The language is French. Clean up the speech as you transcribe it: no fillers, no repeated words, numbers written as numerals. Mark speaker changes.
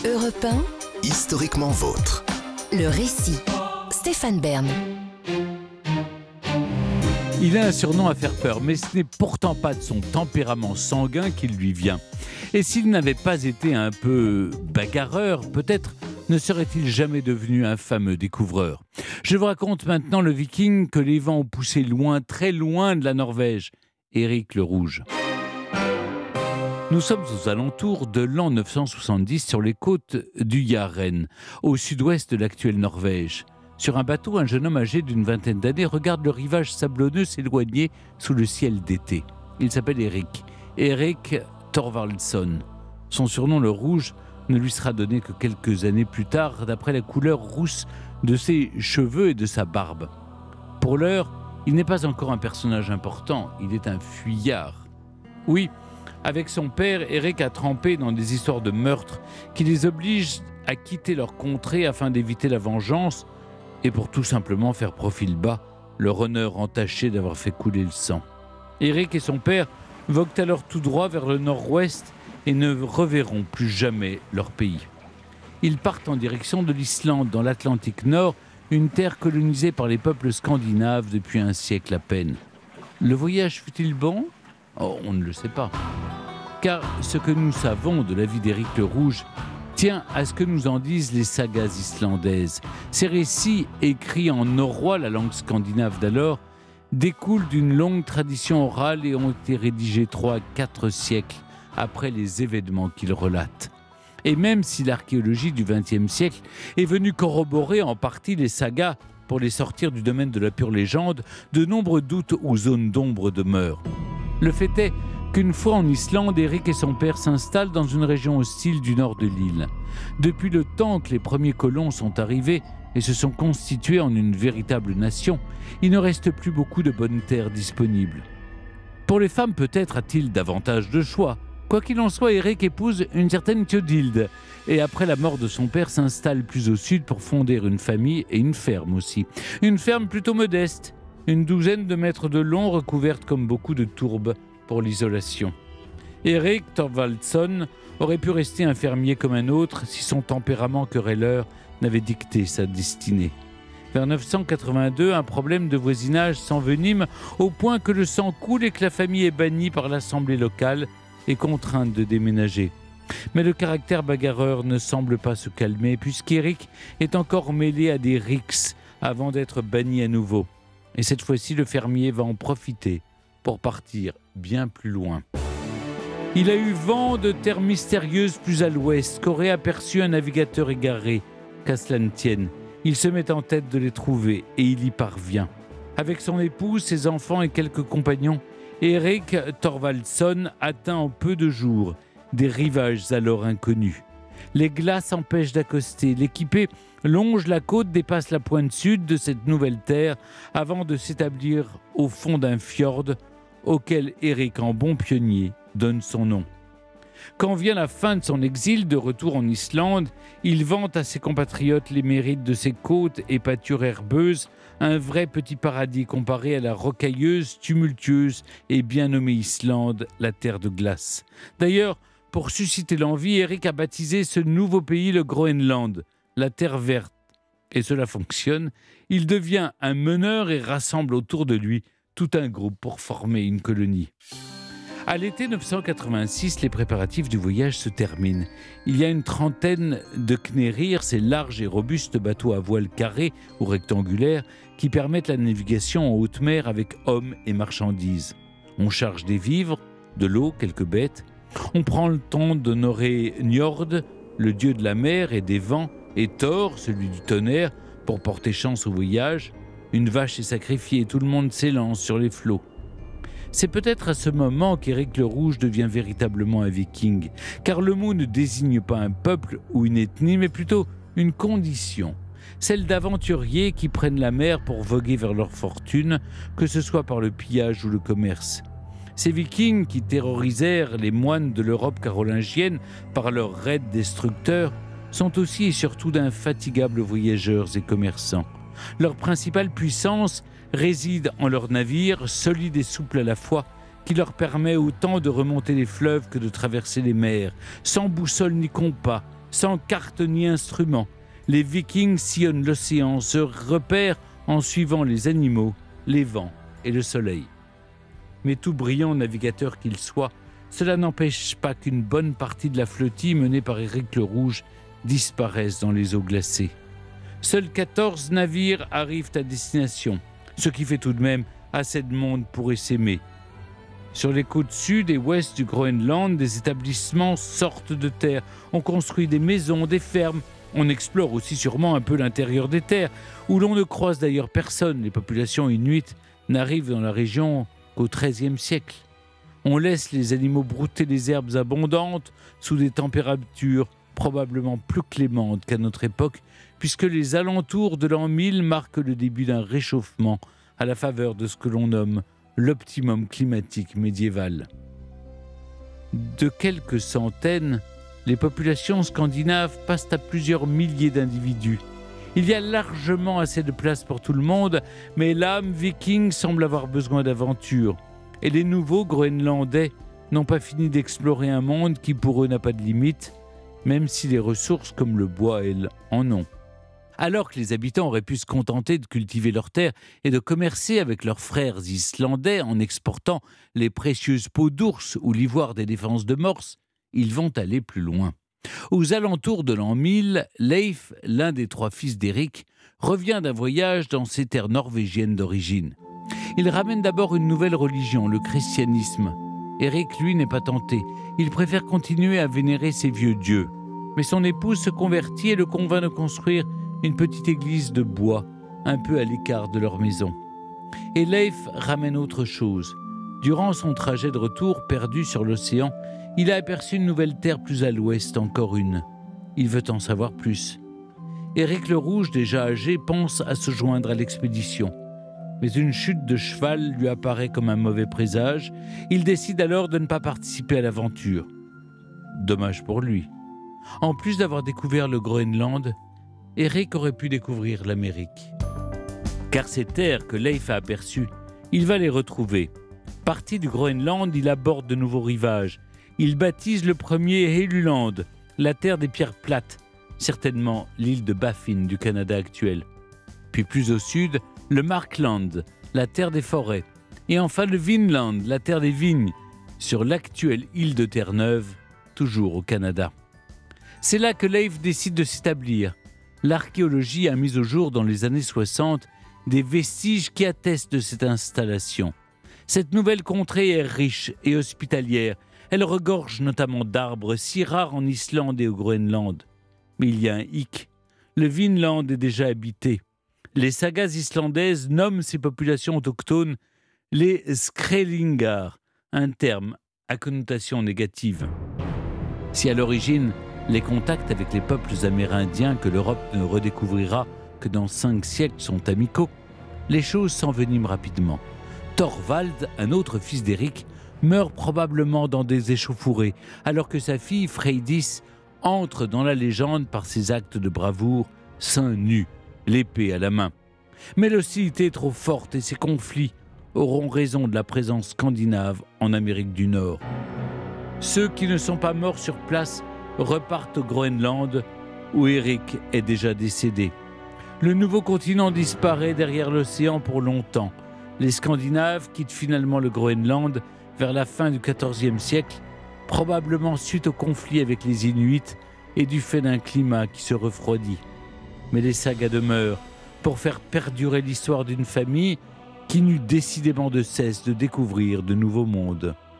Speaker 1: Europe 1,
Speaker 2: Historiquement vôtre.
Speaker 1: le récit. Stéphane Bern.
Speaker 3: Il a un surnom à faire peur, mais ce n'est pourtant pas de son tempérament sanguin qu'il lui vient. Et s'il n'avait pas été un peu bagarreur, peut-être ne serait-il jamais devenu un fameux découvreur. Je vous raconte maintenant le viking que les vents ont poussé loin, très loin de la Norvège, Éric le Rouge. Nous sommes aux alentours de l'an 970 sur les côtes du Jæren, au sud-ouest de l'actuelle Norvège. Sur un bateau, un jeune homme âgé d'une vingtaine d'années regarde le rivage sablonneux s'éloigner sous le ciel d'été. Il s'appelle Erik Thorvaldsson. Son surnom, le Rouge, ne lui sera donné que quelques années plus tard, d'après la couleur rousse de ses cheveux et de sa barbe. Pour l'heure, il n'est pas encore un personnage important, il est un fuyard. Oui, avec son père, Éric a trempé dans des histoires de meurtre qui les obligent à quitter leur contrée afin d'éviter la vengeance et pour tout simplement faire profil bas, leur honneur entaché d'avoir fait couler le sang. Éric et son père voguent alors tout droit vers le nord-ouest et ne reverront plus jamais leur pays. Ils partent en direction de l'Islande, dans l'Atlantique Nord, une terre colonisée par les peuples scandinaves depuis un siècle à peine. Le voyage fut-il bon ? Oh, on ne le sait pas. Car ce que nous savons de la vie d'Éric le Rouge tient à ce que nous en disent les sagas islandaises. Ces récits, écrits en norrois, la langue scandinave d'alors, découlent d'une longue tradition orale et ont été rédigés 3 à 4 siècles après les événements qu'ils relatent. Et même si l'archéologie du XXe siècle est venue corroborer en partie les sagas pour les sortir du domaine de la pure légende, de nombreux doutes ou zones d'ombre demeurent. Le fait est qu'une fois en Islande, Éric et son père s'installent dans une région hostile du nord de l'île. Depuis le temps que les premiers colons sont arrivés et se sont constitués en une véritable nation, il ne reste plus beaucoup de bonnes terres disponibles. Pour les femmes, peut-être a-t-il davantage de choix. Quoi qu'il en soit, Éric épouse une certaine Théodilde et après la mort de son père s'installe plus au sud pour fonder une famille et une ferme aussi. Une ferme plutôt modeste, une douzaine de mètres de long recouverte comme beaucoup de tourbes pour l'isolation. Éric Thorvaldsson aurait pu rester un fermier comme un autre si son tempérament querelleur n'avait dicté sa destinée. Vers 982, un problème de voisinage s'envenime au point que le sang coule et que la famille est bannie par l'assemblée locale et contrainte de déménager. Mais le caractère bagarreur ne semble pas se calmer puisqu'Éric est encore mêlé à des rixes avant d'être banni à nouveau. Et cette fois-ci, le fermier va en profiter pour partir bien plus loin. Il a eu vent de terres mystérieuses plus à l'ouest qu'aurait aperçu un navigateur égaré. Qu'à cela ne tienne, il se met en tête de les trouver et il y parvient. Avec son épouse, ses enfants et quelques compagnons, Éric Thorvaldsson atteint en peu de jours des rivages alors inconnus. Les glaces empêchent d'accoster. L'équipée longe la côte, dépasse la pointe sud de cette nouvelle terre avant de s'établir au fond d'un fjord auquel Éric, en bon pionnier, donne son nom. Quand vient la fin de son exil, de retour en Islande, il vante à ses compatriotes les mérites de ses côtes et pâtures herbeuses, un vrai petit paradis comparé à la rocailleuse, tumultueuse et bien nommée Islande, la terre de glace. D'ailleurs, pour susciter l'envie, Éric a baptisé ce nouveau pays le Groenland, la terre verte. Et cela fonctionne, il devient un meneur et rassemble autour de lui tout un groupe pour former une colonie. À l'été 986, les préparatifs du voyage se terminent. Il y a une trentaine de knérir, ces larges et robustes bateaux à voile carré ou rectangulaire qui permettent la navigation en haute mer avec hommes et marchandises. On charge des vivres, de l'eau, quelques bêtes. On prend le temps d'honorer Njord, le dieu de la mer et des vents, et Thor, celui du tonnerre, pour porter chance au voyage. Une vache est sacrifiée et tout le monde s'élance sur les flots. C'est peut-être à ce moment qu'Éric le Rouge devient véritablement un viking, car le mot ne désigne pas un peuple ou une ethnie, mais plutôt une condition, celle d'aventuriers qui prennent la mer pour voguer vers leur fortune, que ce soit par le pillage ou le commerce. Ces vikings qui terrorisèrent les moines de l'Europe carolingienne par leurs raids destructeurs sont aussi et surtout d'infatigables voyageurs et commerçants. Leur principale puissance réside en leur navire, solide et souple à la fois, qui leur permet autant de remonter les fleuves que de traverser les mers, sans boussole ni compas, Sans carte ni instrument, les Vikings sillonnent l'océan, se repèrent en suivant les animaux, les vents et le soleil. Mais tout brillant navigateur qu'il soit, cela n'empêche pas qu'une bonne partie de la flottille menée par Éric le Rouge disparaisse dans les eaux glacées. Seuls 14 navires arrivent à destination, ce qui fait tout de même assez de monde pour essaimer. Sur les côtes sud et ouest du Groenland, des établissements sortent de terre. On construit des maisons, des fermes. On explore aussi sûrement un peu l'intérieur des terres, où l'on ne croise d'ailleurs personne. Les populations inuites n'arrivent dans la région qu'au XIIIe siècle. On laisse les animaux brouter les herbes abondantes sous des températures probablement plus clémentes qu'à notre époque, puisque les alentours de l'an 1000 marquent le début d'un réchauffement à la faveur de ce que l'on nomme l'optimum climatique médiéval. De quelques centaines, les populations scandinaves passent à plusieurs milliers d'individus. Il y a largement assez de place pour tout le monde, mais l'âme viking semble avoir besoin d'aventure. Et les nouveaux Groenlandais n'ont pas fini d'explorer un monde qui pour eux n'a pas de limite, même si les ressources comme le bois, elles, en ont. Alors que les habitants auraient pu se contenter de cultiver leurs terres et de commercer avec leurs frères islandais en exportant les précieuses peaux d'ours ou l'ivoire des défenses de morse, ils vont aller plus loin. Aux alentours de l'an 1000, Leif, l'un des 3 fils d'Éric, revient d'un voyage dans ces terres norvégiennes d'origine. Il ramène d'abord une nouvelle religion, le christianisme. Éric, lui, n'est pas tenté. Il préfère continuer à vénérer ses vieux dieux. Mais son épouse se convertit et le convainc de construire une petite église de bois, un peu à l'écart de leur maison. Et Leif ramène autre chose. Durant son trajet de retour, perdu sur l'océan, il a aperçu une nouvelle terre plus à l'ouest, encore une. Il veut en savoir plus. Éric le Rouge, déjà âgé, pense à se joindre à l'expédition. Mais une chute de cheval lui apparaît comme un mauvais présage. Il décide alors de ne pas participer à l'aventure. Dommage pour lui. En plus d'avoir découvert le Groenland, Éric aurait pu découvrir l'Amérique. Car ces terres que Leif a aperçues, il va les retrouver. Parti du Groenland, il aborde de nouveaux rivages. Il baptise le premier Helluland, la terre des pierres plates, certainement l'île de Baffin du Canada actuel. Puis plus au sud, le Markland, la terre des forêts. Et enfin le Vinland, la terre des vignes, sur l'actuelle île de Terre-Neuve, toujours au Canada. C'est là que Leif décide de s'établir. L'archéologie a mis au jour dans les années 60 des vestiges qui attestent de cette installation. Cette nouvelle contrée est riche et hospitalière. Elle regorge notamment d'arbres si rares en Islande et au Groenland. Mais il y a un hic. Le Vinland est déjà habité. Les sagas islandaises nomment ces populations autochtones les Skrællingar, un terme à connotation négative. Si à l'origine, les contacts avec les peuples amérindiens que l'Europe ne redécouvrira que dans 5 siècles sont amicaux, les choses s'enveniment rapidement. Thorvald, un autre fils d'Éric, meurt probablement dans des échauffourées, alors que sa fille Freydis entre dans la légende par ses actes de bravoure, seins nus, l'épée à la main. Mais l'hostilité est trop forte et ces conflits auront raison de la présence scandinave en Amérique du Nord. Ceux qui ne sont pas morts sur place repartent au Groenland, où Éric est déjà décédé. Le nouveau continent disparaît derrière l'océan pour longtemps. Les Scandinaves quittent finalement le Groenland vers la fin du XIVe siècle, probablement suite au conflit avec les Inuits et du fait d'un climat qui se refroidit. Mais les sagas demeurent pour faire perdurer l'histoire d'une famille qui n'eut décidément de cesse de découvrir de nouveaux mondes.